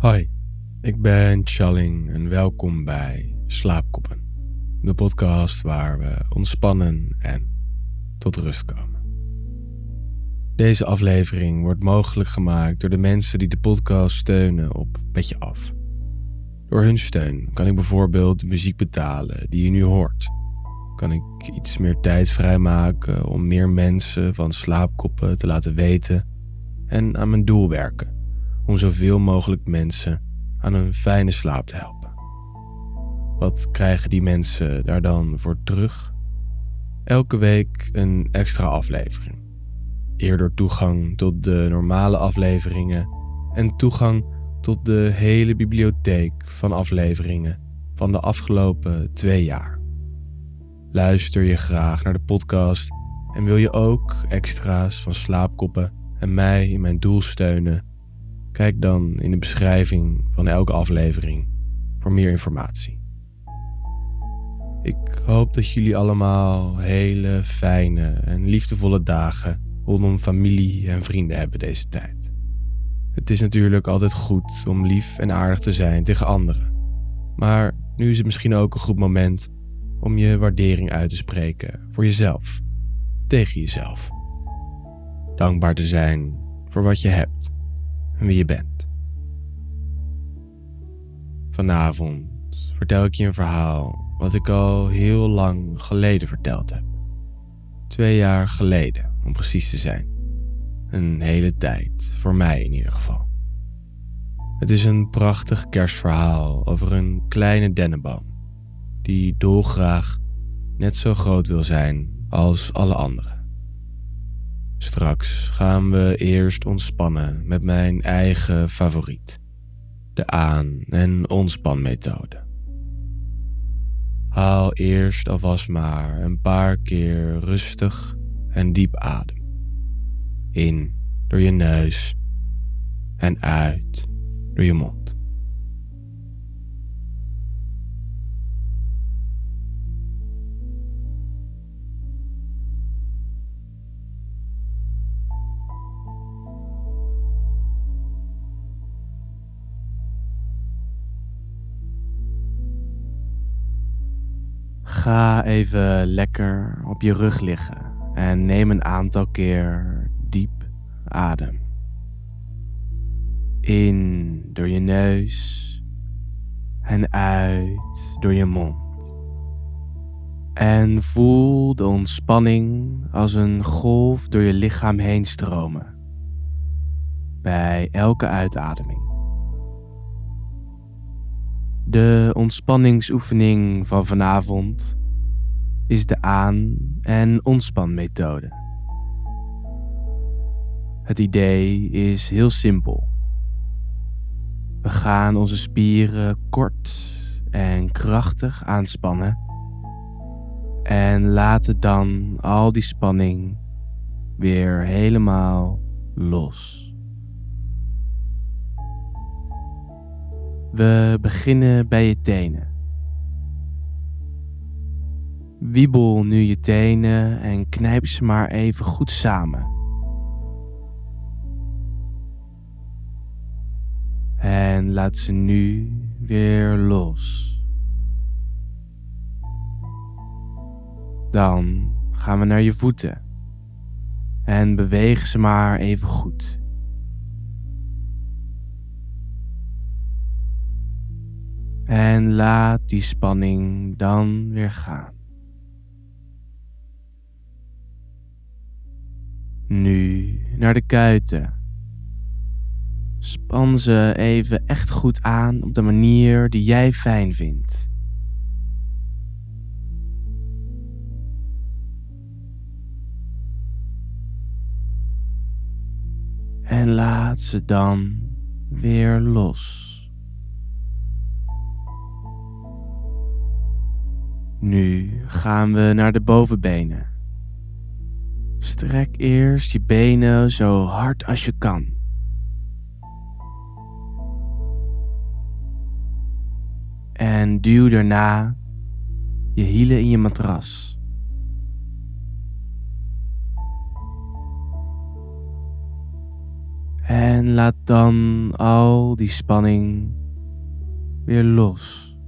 Hoi, ik ben Challing en welkom bij Slaapkoppen. De podcast waar we ontspannen en tot rust komen. Deze aflevering wordt mogelijk gemaakt door de mensen die de podcast steunen op Petje Af. Door hun steun kan ik bijvoorbeeld de muziek betalen die je nu hoort. Kan ik iets meer tijd vrijmaken om meer mensen van Slaapkoppen te laten weten en aan mijn doel werken. Om zoveel mogelijk mensen aan een fijne slaap te helpen. Wat krijgen die mensen daar dan voor terug? Elke week een extra aflevering. Eerder toegang tot de normale afleveringen en toegang tot de hele bibliotheek van afleveringen van de afgelopen 2 jaar. Luister je graag naar de podcast en wil je ook extra's van Slaapkoppen en mij in mijn doel steunen? Kijk dan in de beschrijving van elke aflevering voor meer informatie. Ik hoop dat jullie allemaal hele fijne en liefdevolle dagen rondom familie en vrienden hebben deze tijd. Het is natuurlijk altijd goed om lief en aardig te zijn tegen anderen. Maar nu is het misschien ook een goed moment om je waardering uit te spreken voor jezelf, tegen jezelf. Dankbaar te zijn voor wat je hebt en wie je bent. Vanavond vertel ik je een verhaal wat ik al heel lang geleden verteld heb. 2 jaar geleden, om precies te zijn. Een hele tijd, voor mij in ieder geval. Het is een prachtig kerstverhaal over een kleine dennenboom die dolgraag net zo groot wil zijn als alle anderen. Straks gaan we eerst ontspannen met mijn eigen favoriet, de aan- en ontspanmethode. Haal eerst alvast maar een paar keer rustig en diep adem. In door je neus en uit door je mond. Ga even lekker op je rug liggen en neem een aantal keer diep adem. In door je neus en uit door je mond. En voel de ontspanning als een golf door je lichaam heen stromen. Bij elke uitademing. De ontspanningsoefening van vanavond is de aan- en ontspanmethode. Het idee is heel simpel. We gaan onze spieren kort en krachtig aanspannen en laten dan al die spanning weer helemaal los. We beginnen bij je tenen. Wiebel nu je tenen en knijp ze maar even goed samen. En laat ze nu weer los. Dan gaan we naar je voeten en beweeg ze maar even goed. En laat die spanning dan weer gaan. Nu naar de kuiten. Span ze even echt goed aan op de manier die jij fijn vindt. En laat ze dan weer los. Nu gaan we naar de bovenbenen. Strek eerst je benen zo hard als je kan. En duw daarna je hielen in je matras. En En laat dan al die spanning weer los.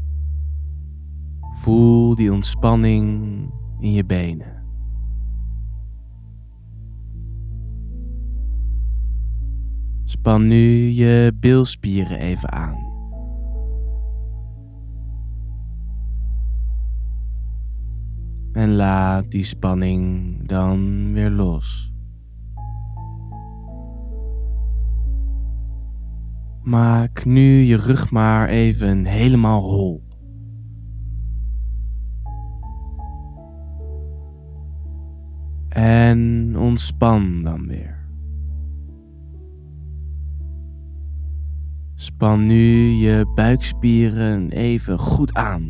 Voel die ontspanning in je benen. Span nu je bilspieren even aan. En laat die spanning dan weer los. Maak nu je rug maar even helemaal hol. En ontspan dan weer. Span nu je buikspieren even goed aan.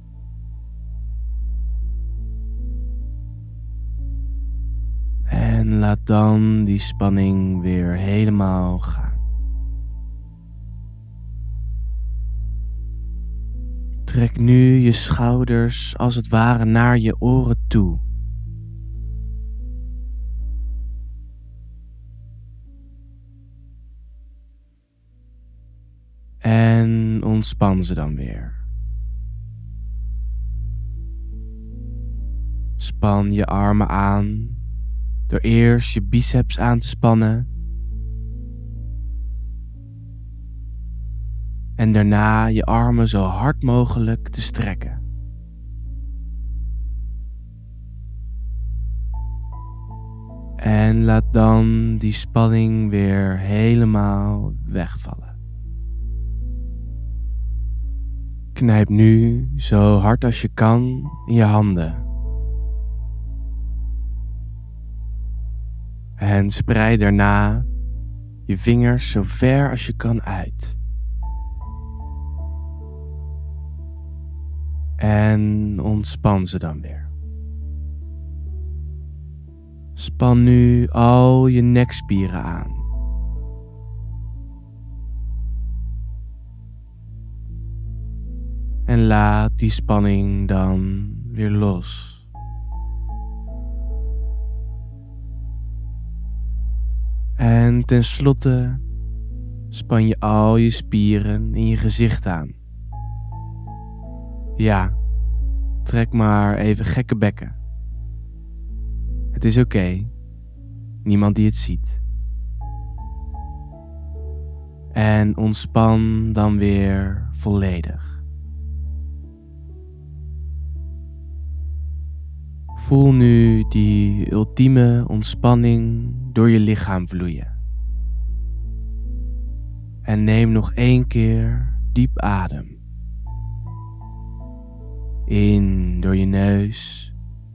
En laat dan die spanning weer helemaal gaan. Trek nu je schouders als het ware naar je oren toe. En ontspan ze dan weer. Span je armen aan door eerst je biceps aan te spannen en daarna je armen zo hard mogelijk te strekken. En laat dan die spanning weer helemaal wegvallen. Knijp nu zo hard als je kan in je handen. En spreid daarna je vingers zo ver als je kan uit. En ontspan ze dan weer. Span nu al je nekspieren aan. En laat die spanning dan weer los. En tenslotte span je al je spieren in je gezicht aan. Ja, trek maar even gekke bekken. Het is oké, niemand die het ziet. En ontspan dan weer volledig. Voel nu die ultieme ontspanning door je lichaam vloeien. En neem nog 1 keer diep adem. In door je neus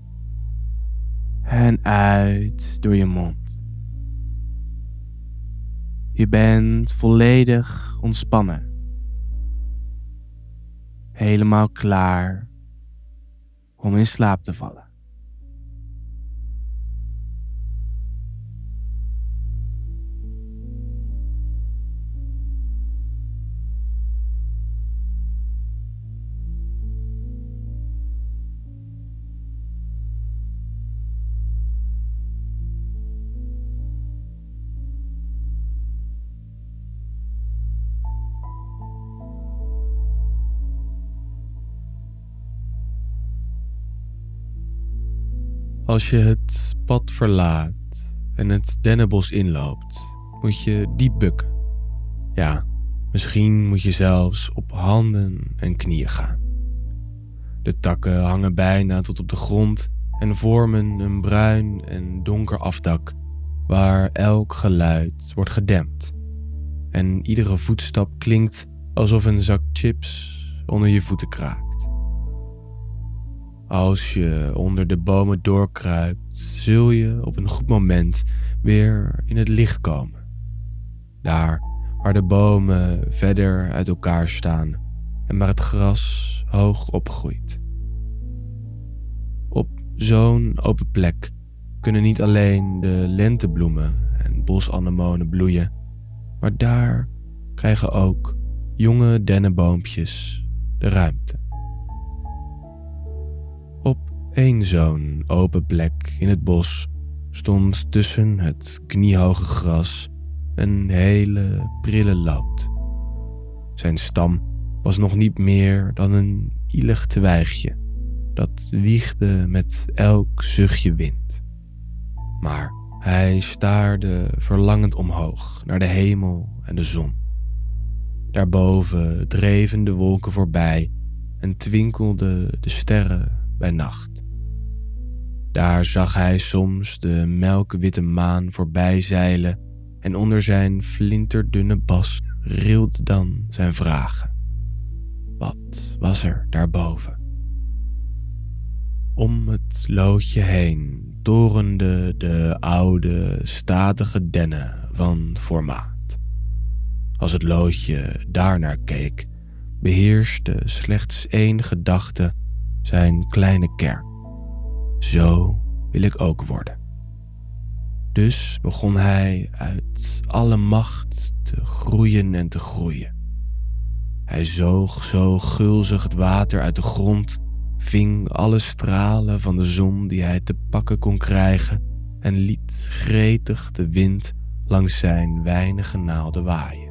en uit door je mond. Je bent volledig ontspannen. Helemaal klaar om in slaap te vallen. Als je het pad verlaat en het dennenbos inloopt, moet je diep bukken. Ja, misschien moet je zelfs op handen en knieën gaan. De takken hangen bijna tot op de grond en vormen een bruin en donker afdak waar elk geluid wordt gedempt. En iedere voetstap klinkt alsof een zak chips onder je voeten kraakt. Als je onder de bomen doorkruipt, zul je op een goed moment weer in het licht komen. Daar waar de bomen verder uit elkaar staan en waar het gras hoog opgroeit. Op zo'n open plek kunnen niet alleen de lentebloemen en bosanemonen bloeien, maar daar krijgen ook jonge dennenboompjes de ruimte. Op één zo'n open plek in het bos stond tussen het kniehoge gras een hele prille loot. Zijn stam was nog niet meer dan een ielig twijgje dat wiegde met elk zuchtje wind. Maar hij staarde verlangend omhoog naar de hemel en de zon. Daarboven dreven de wolken voorbij en twinkelden de sterren bij nacht. Daar zag hij soms de melkwitte maan voorbij zeilen en onder zijn flinterdunne bas rilde dan zijn vragen. Wat was er daarboven? Om het loodje heen torenden de oude, statige dennen van Formaat. Als het loodje daarnaar keek, beheerste slechts één gedachte zijn kleine kern. Zo wil ik ook worden. Dus begon hij uit alle macht te groeien en te groeien. Hij zoog zo gulzig het water uit de grond, ving alle stralen van de zon die hij te pakken kon krijgen en liet gretig de wind langs zijn weinige naalden waaien.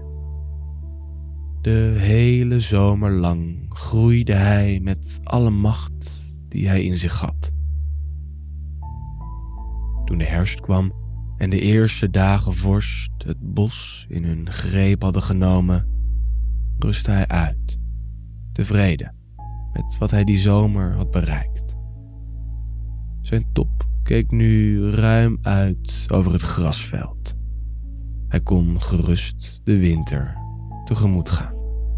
De hele zomer lang groeide hij met alle macht die hij in zich had. Toen de herfst kwam en de eerste dagen vorst het bos in hun greep hadden genomen, rustte hij uit, tevreden met wat hij die zomer had bereikt. Zijn top keek nu ruim uit over het grasveld. Hij kon gerust de winter tegemoet gaan.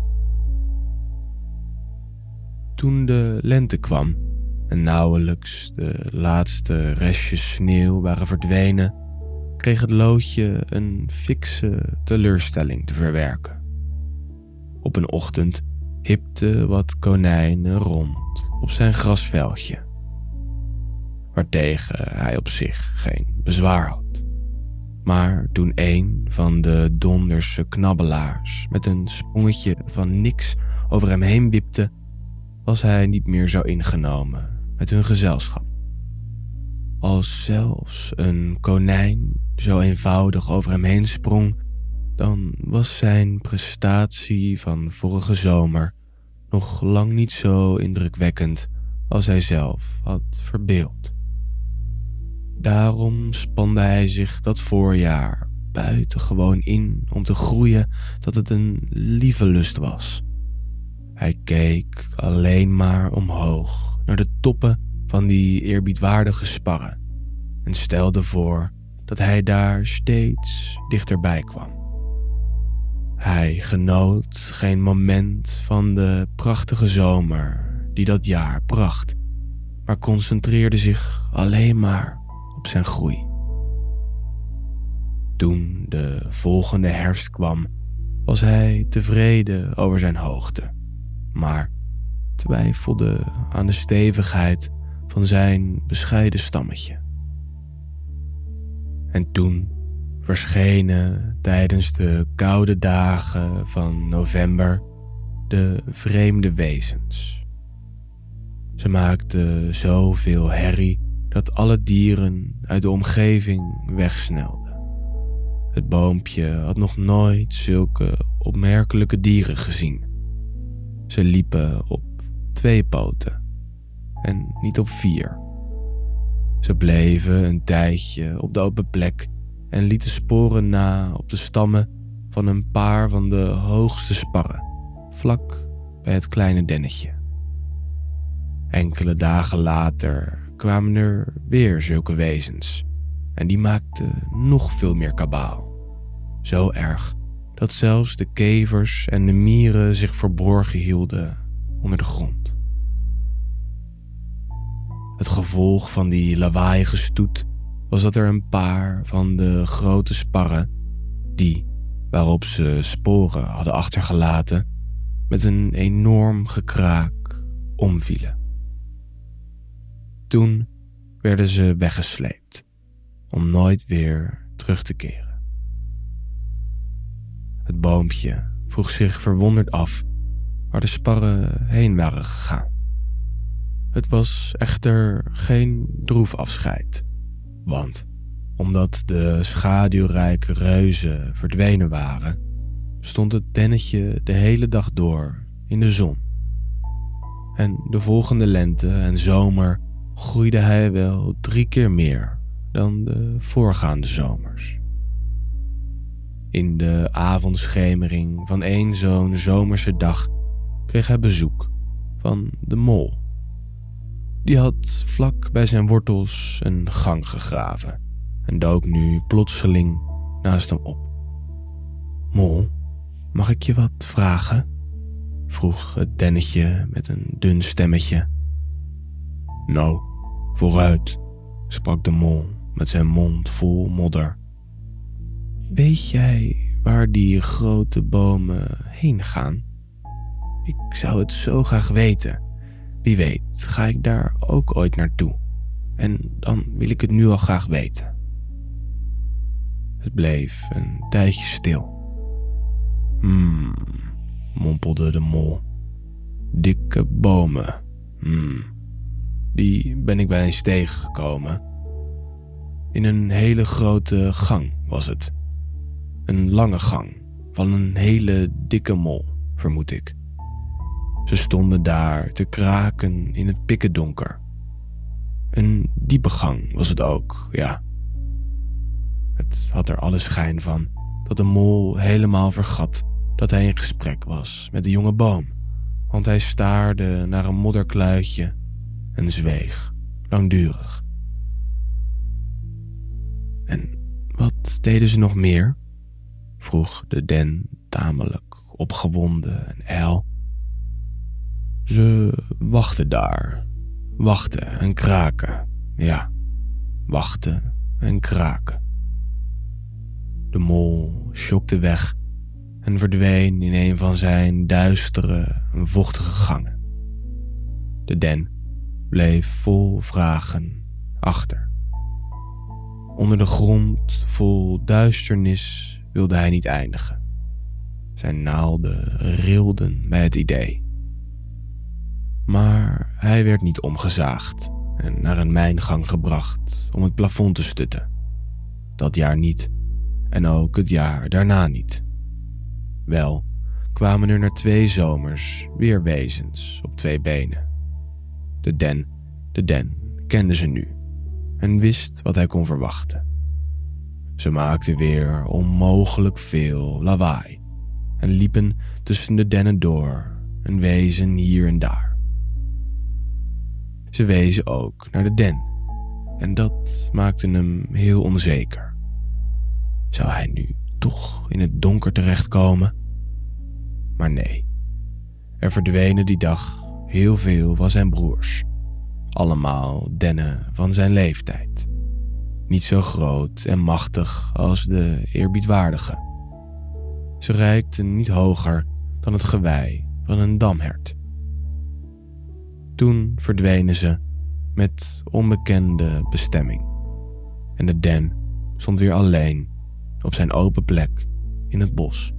Toen de lente kwam en nauwelijks de laatste restjes sneeuw waren verdwenen, kreeg het loodje een fikse teleurstelling te verwerken. Op een ochtend hipten wat konijnen rond op zijn grasveldje, waartegen hij op zich geen bezwaar had. Maar toen een van de donderse knabbelaars met een sprongetje van niks over hem heen wipte, was hij niet meer zo ingenomen met hun gezelschap. Als zelfs een konijn zo eenvoudig over hem heen sprong, dan was zijn prestatie van vorige zomer nog lang niet zo indrukwekkend als hij zelf had verbeeld. Daarom spande hij zich dat voorjaar buitengewoon in om te groeien dat het een lieve lust was. Hij keek alleen maar omhoog naar de toppen van die eerbiedwaardige sparren en stelde voor dat hij daar steeds dichterbij kwam. Hij genoot geen moment van de prachtige zomer die dat jaar bracht, maar concentreerde zich alleen maar op zijn groei. Toen de volgende herfst kwam, was hij tevreden over zijn hoogte, maar twijfelde aan de stevigheid van zijn bescheiden stammetje. En toen verschenen tijdens de koude dagen van november de vreemde wezens. Ze maakten zoveel herrie dat alle dieren uit de omgeving wegsnelden. Het boompje had nog nooit zulke opmerkelijke dieren gezien. Ze liepen op 2 poten en niet op 4. Ze bleven een tijdje op de open plek en lieten sporen na op de stammen van een paar van de hoogste sparren, vlak bij het kleine dennetje. Enkele dagen later kwamen er weer zulke wezens en die maakten nog veel meer kabaal. Zo erg dat zelfs de kevers en de mieren zich verborgen hielden onder de grond. Het gevolg van die lawaaiige stoet was dat er een paar van de grote sparren, die, waarop ze sporen hadden achtergelaten, met een enorm gekraak omvielen. Toen werden ze weggesleept, om nooit weer terug te keren. Het boompje vroeg zich verwonderd af waar de sparren heen waren gegaan. Het was echter geen droef afscheid, want omdat de schaduwrijke reuzen verdwenen waren, stond het dennetje de hele dag door in de zon. En de volgende lente en zomer groeide hij wel 3 keer meer dan de voorgaande zomers. In de avondschemering van één zo'n zomerse dag kreeg hij bezoek van de mol. Die had vlak bij zijn wortels een gang gegraven en dook nu plotseling naast hem op. "Mol, mag ik je wat vragen?" vroeg het dennetje met een dun stemmetje. "Nou, vooruit," sprak de mol met zijn mond vol modder. "Weet jij waar die grote bomen heen gaan? Ik zou het zo graag weten. Wie weet ga ik daar ook ooit naartoe. En dan wil ik het nu al graag weten." Het bleef een tijdje stil. Mompelde de mol. "Dikke bomen. Die ben ik wel eens tegengekomen. In een hele grote gang was het. Een lange gang van een hele dikke mol, vermoed ik. Ze stonden daar te kraken in het pikkendonker. Een diepe gang was het ook, ja." Het had er alle schijn van dat de mol helemaal vergat dat hij in gesprek was met de jonge boom, want hij staarde naar een modderkluitje en zweeg langdurig. "En wat deden ze nog meer?" vroeg de den tamelijk opgewonden en ijl. "Ze wachten daar. Wachten en kraken. Ja, wachten en kraken." De mol sjokte weg en verdween in een van zijn duistere en vochtige gangen. De den bleef vol vragen achter. Onder de grond vol duisternis wilde hij niet eindigen. Zijn naalden rilden bij het idee. Maar hij werd niet omgezaagd en naar een mijngang gebracht om het plafond te stutten. Dat jaar niet en ook het jaar daarna niet. Wel kwamen er na 2 zomers weer wezens op 2 benen. De den kende ze nu en wist wat hij kon verwachten. Ze maakten weer onmogelijk veel lawaai en liepen tussen de dennen door en wezen hier en daar. Ze wezen ook naar de den en dat maakte hem heel onzeker. Zou hij nu toch in het donker terechtkomen? Maar nee, er verdwenen die dag heel veel van zijn broers. Allemaal dennen van zijn leeftijd. Niet zo groot en machtig als de eerbiedwaardige. Ze reikten niet hoger dan het gewei van een damhert. Toen verdwenen ze met onbekende bestemming. En de den stond weer alleen op zijn open plek in het bos.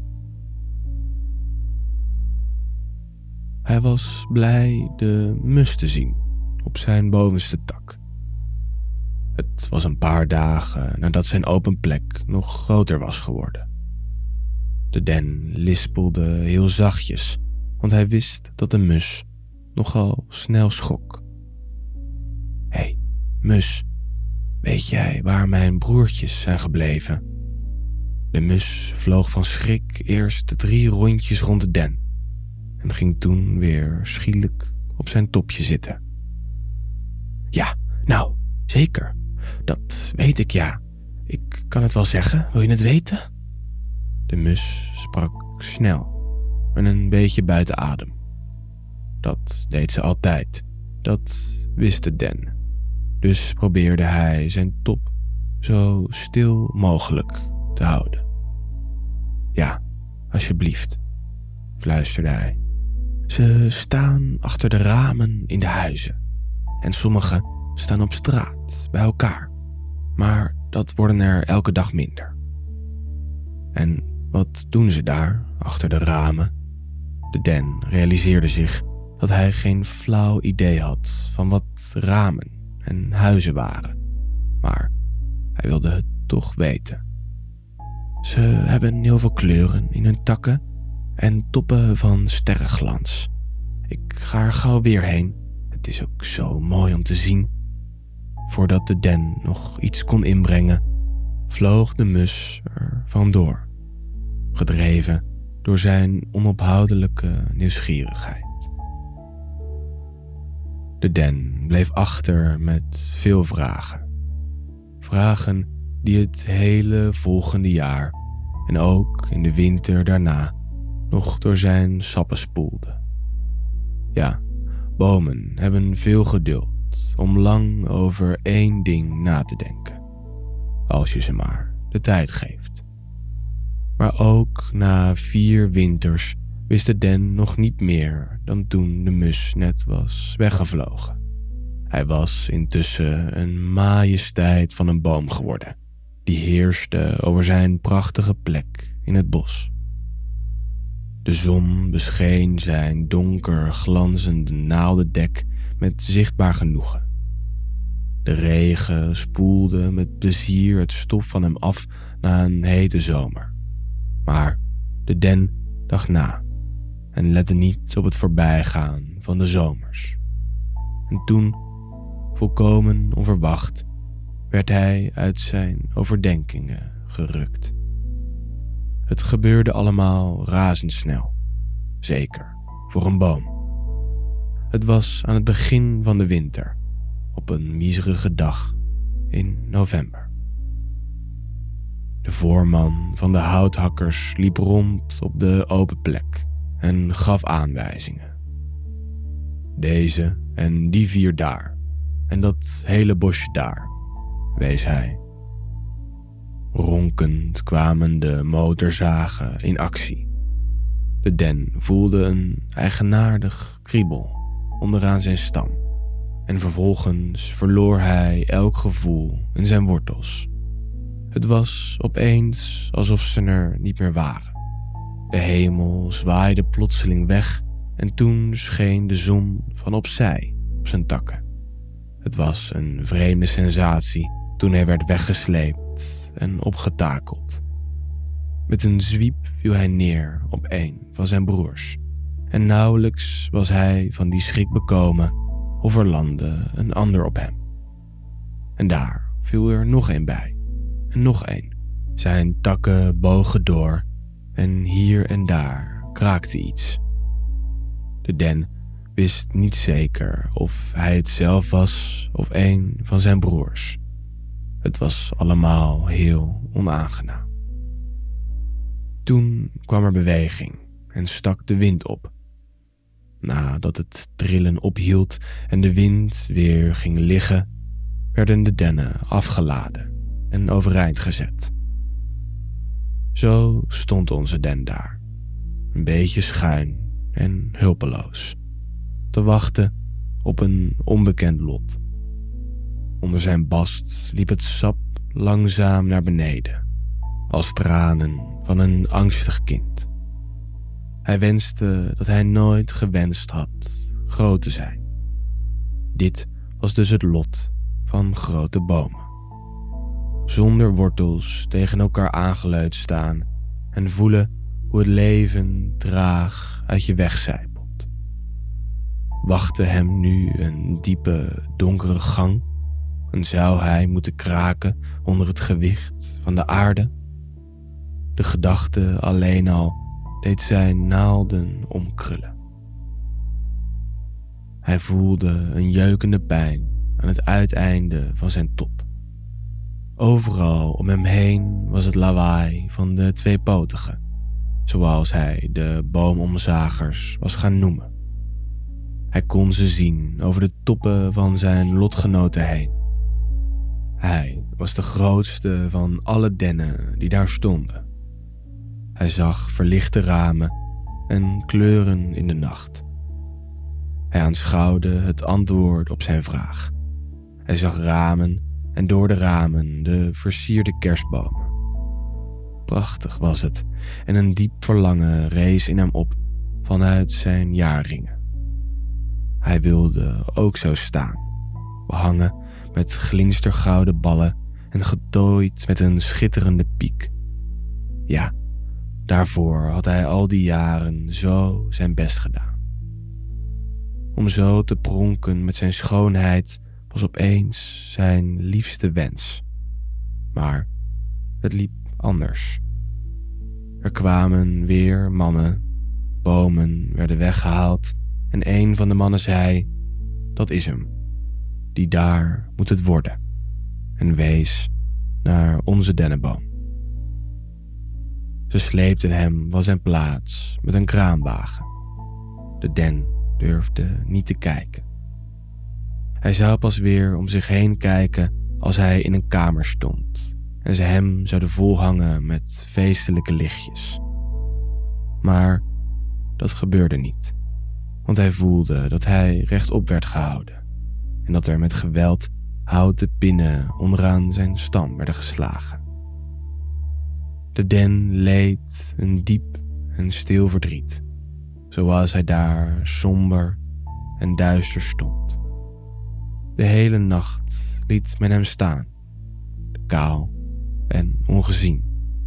Hij was blij de mus te zien op zijn bovenste tak. Het was een paar dagen nadat zijn open plek nog groter was geworden. De den lispelde heel zachtjes, want hij wist dat de mus nogal snel schrok. "Hé, mus, weet jij waar mijn broertjes zijn gebleven?" De mus vloog van schrik eerst 3 rondjes rond de den en ging toen weer schielijk op zijn topje zitten. "Ja, nou, zeker. Dat weet ik, ja. Ik kan het wel zeggen. Wil je het weten?" De mus sprak snel en een beetje buiten adem. Dat deed ze altijd. Dat wist de den. Dus probeerde hij zijn top zo stil mogelijk te houden. "Ja, alsjeblieft," fluisterde hij. "Ze staan achter de ramen in de huizen. En sommige staan op straat bij elkaar. Maar dat worden er elke dag minder." "En wat doen ze daar, achter de ramen?" De den realiseerde zich dat hij geen flauw idee had van wat ramen en huizen waren. Maar hij wilde het toch weten. Ze hebben heel veel kleuren in hun takken en toppen van sterrenglans. Ik ga er gauw weer heen. Het is ook zo mooi om te zien. Voordat de den nog iets kon inbrengen, vloog de mus er vandoor, gedreven door zijn onophoudelijke nieuwsgierigheid. De den bleef achter met veel vragen. Vragen die het hele volgende jaar en ook in de winter daarna nog door zijn sappen spoelden. Ja, bomen hebben veel geduld om lang over één ding na te denken, als je ze maar de tijd geeft. Maar ook na 4 winters wist de den nog niet meer dan toen de mus net was weggevlogen. Hij was intussen een majesteit van een boom geworden, die heerste over zijn prachtige plek in het bos. De zon bescheen zijn donker glanzende naaldendek met zichtbaar genoegen. De regen spoelde met plezier het stof van hem af na een hete zomer. Maar de den dacht na en lette niet op het voorbijgaan van de zomers. En toen, volkomen onverwacht, werd hij uit zijn overdenkingen gerukt. Het gebeurde allemaal razendsnel, zeker voor een boom. Het was aan het begin van de winter, op een miserige dag in november. De voorman van de houthakkers liep rond op de open plek en gaf aanwijzingen. Deze en die 4 daar, en dat hele bosje daar, wees hij. Ronkend kwamen de motorzagen in actie. De den voelde een eigenaardig kriebel onderaan zijn stam en vervolgens verloor hij elk gevoel in zijn wortels. Het was opeens alsof ze er niet meer waren. De hemel zwaaide plotseling weg en toen scheen de zon van opzij op zijn takken. Het was een vreemde sensatie toen hij werd weggesleept en opgetakeld. Met een zwiep viel hij neer op een van zijn broers en nauwelijks was hij van die schrik bekomen of er landde een ander op hem. En daar viel er nog een bij en nog een. Zijn takken bogen door en hier en daar kraakte iets. De den wist niet zeker of hij het zelf was of een van zijn broers. Het was allemaal heel onaangenaam. Toen kwam er beweging en stak de wind op. Nadat het trillen ophield en de wind weer ging liggen, werden de dennen afgeladen en overeind gezet. Zo stond onze den daar, een beetje schuin en hulpeloos, te wachten op een onbekend lot. Onder zijn bast liep het sap langzaam naar beneden, als tranen van een angstig kind. Hij wenste dat hij nooit gewenst had groot te zijn. Dit was dus het lot van grote bomen. Zonder wortels tegen elkaar aangeleund staan en voelen hoe het leven traag uit je wegcijpelt. Wachtte hem nu een diepe, donkere gang en zou hij moeten kraken onder het gewicht van de aarde? De gedachte alleen al deed zijn naalden omkrullen. Hij voelde een jeukende pijn aan het uiteinde van zijn top. Overal om hem heen was het lawaai van de tweepotigen, zoals hij de boomomzagers was gaan noemen. Hij kon ze zien over de toppen van zijn lotgenoten heen. Hij was de grootste van alle dennen die daar stonden. Hij zag verlichte ramen en kleuren in de nacht. Hij aanschouwde het antwoord op zijn vraag. Hij zag ramen en door de ramen de versierde kerstbomen. Prachtig was het en een diep verlangen rees in hem op vanuit zijn jaarringen. Hij wilde ook zo staan, behangen met glinstergouden ballen en getooid met een schitterende piek. Ja, daarvoor had hij al die jaren zo zijn best gedaan. Om zo te pronken met zijn schoonheid was opeens zijn liefste wens. Maar het liep anders. Er kwamen weer mannen, bomen werden weggehaald en een van de mannen zei: "Dat is hem. Die daar moet het worden," en wees naar onze dennenboom. Ze sleepten hem van zijn plaats met een kraanwagen. De den durfde niet te kijken. Hij zou pas weer om zich heen kijken als hij in een kamer stond en ze hem zouden volhangen met feestelijke lichtjes. Maar dat gebeurde niet, want hij voelde dat hij rechtop werd gehouden en dat er met geweld houten pinnen onderaan zijn stam werden geslagen. De den leed een diep en stil verdriet, zoals hij daar somber en duister stond. De hele nacht liet men hem staan, kaal en ongezien.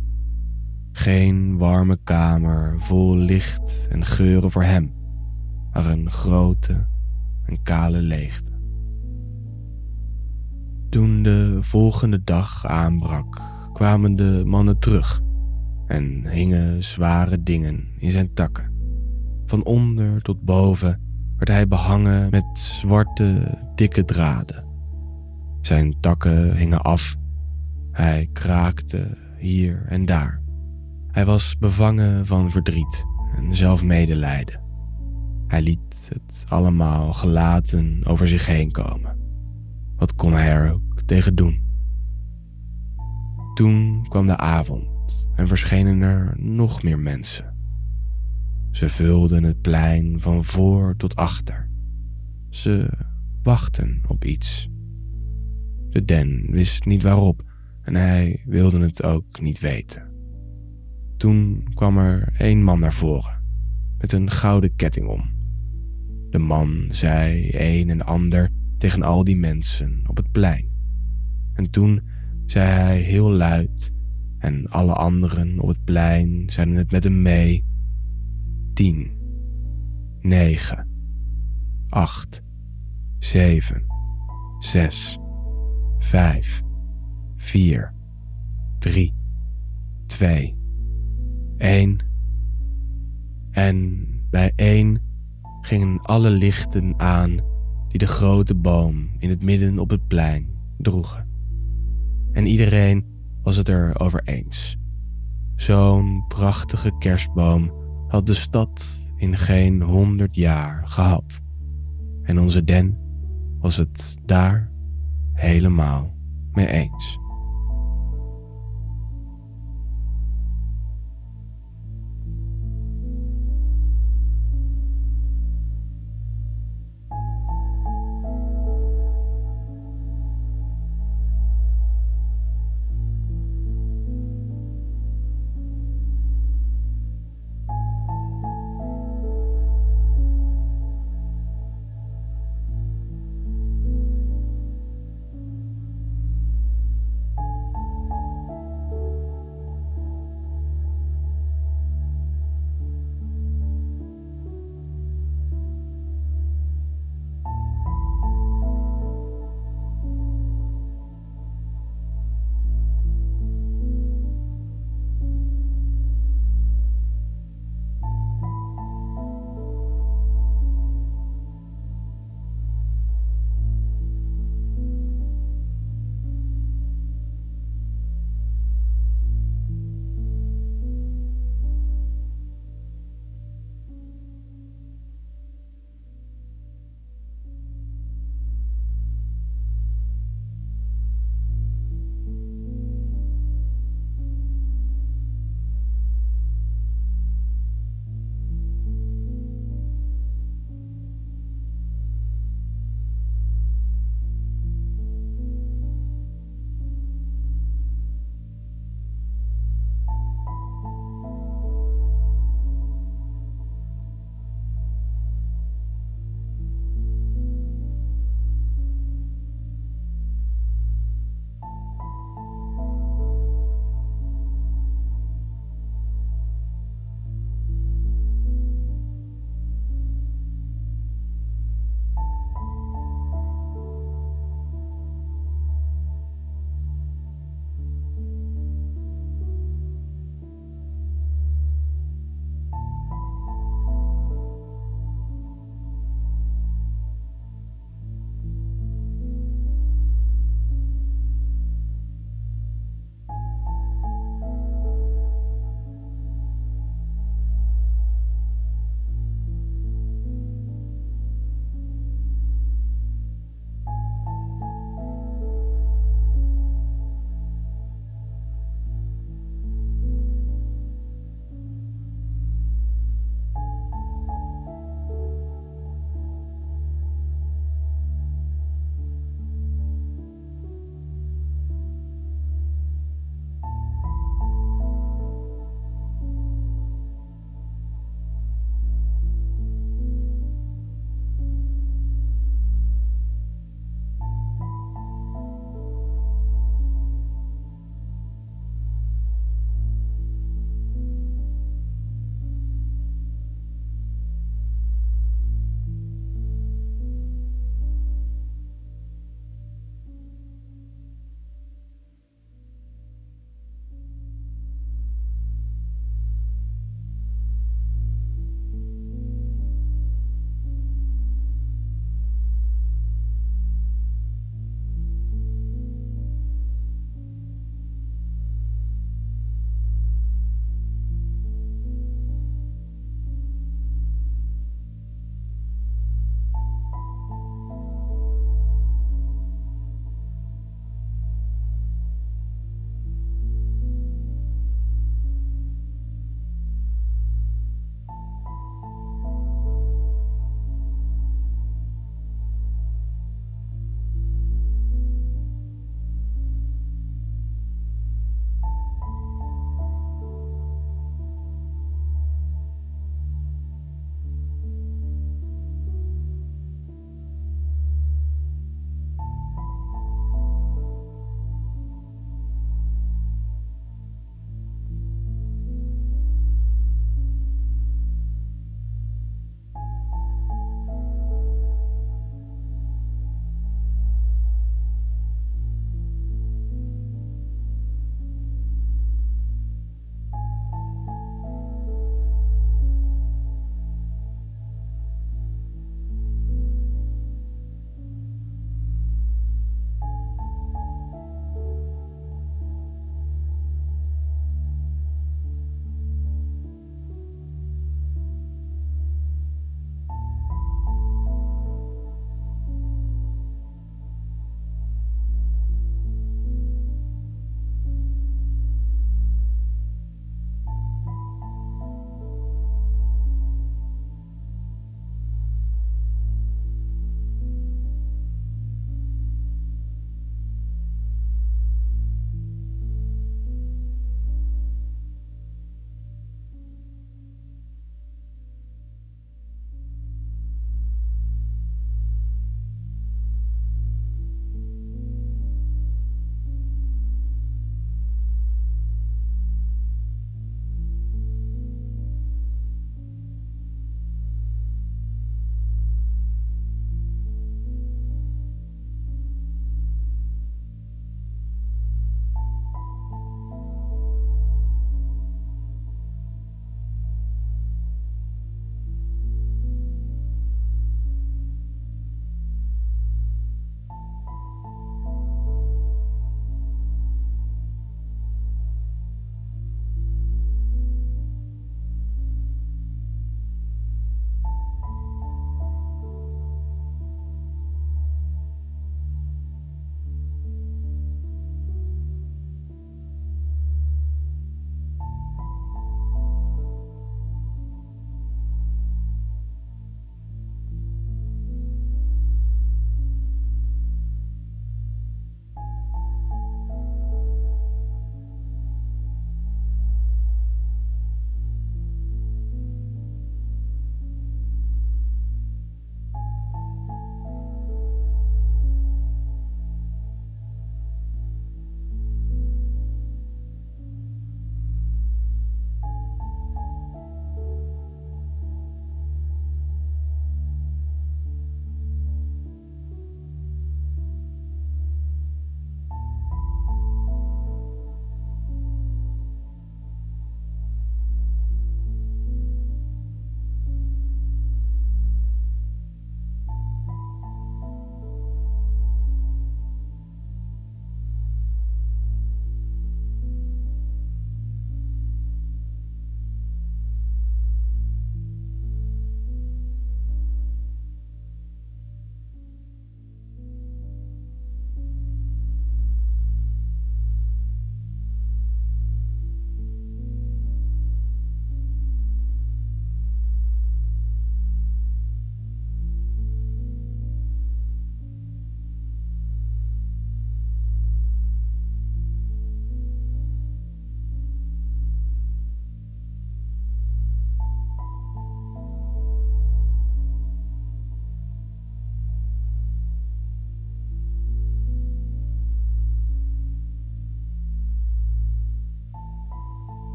Geen warme kamer vol licht en geuren voor hem, maar een grote en kale leegte. Toen de volgende dag aanbrak, kwamen de mannen terug en hingen zware dingen in zijn takken. Van onder tot boven werd hij behangen met zwarte, dikke draden. Zijn takken hingen af. Hij kraakte hier en daar. Hij was bevangen van verdriet en zelfmedelijden. Hij liet het allemaal gelaten over zich heen komen. Wat kon hij er ook tegen doen? Toen kwam de avond en verschenen er nog meer mensen. Ze vulden het plein van voor tot achter. Ze wachtten op iets. De den wist niet waarop en hij wilde het ook niet weten. Toen kwam er een man naar voren met een gouden ketting om. De man zei een en ander tegen al die mensen op het plein. En toen zei hij heel luid en alle anderen op het plein zeiden het met hem mee: 10, 9, 8, 7, 6, 5, 4, 3, 2, 1. En bij 1 gingen alle lichten aan die de grote boom in het midden op het plein droegen. En iedereen was het erover eens. Zo'n prachtige kerstboom had de stad in geen 100 jaar gehad. En onze den was het daar helemaal mee eens.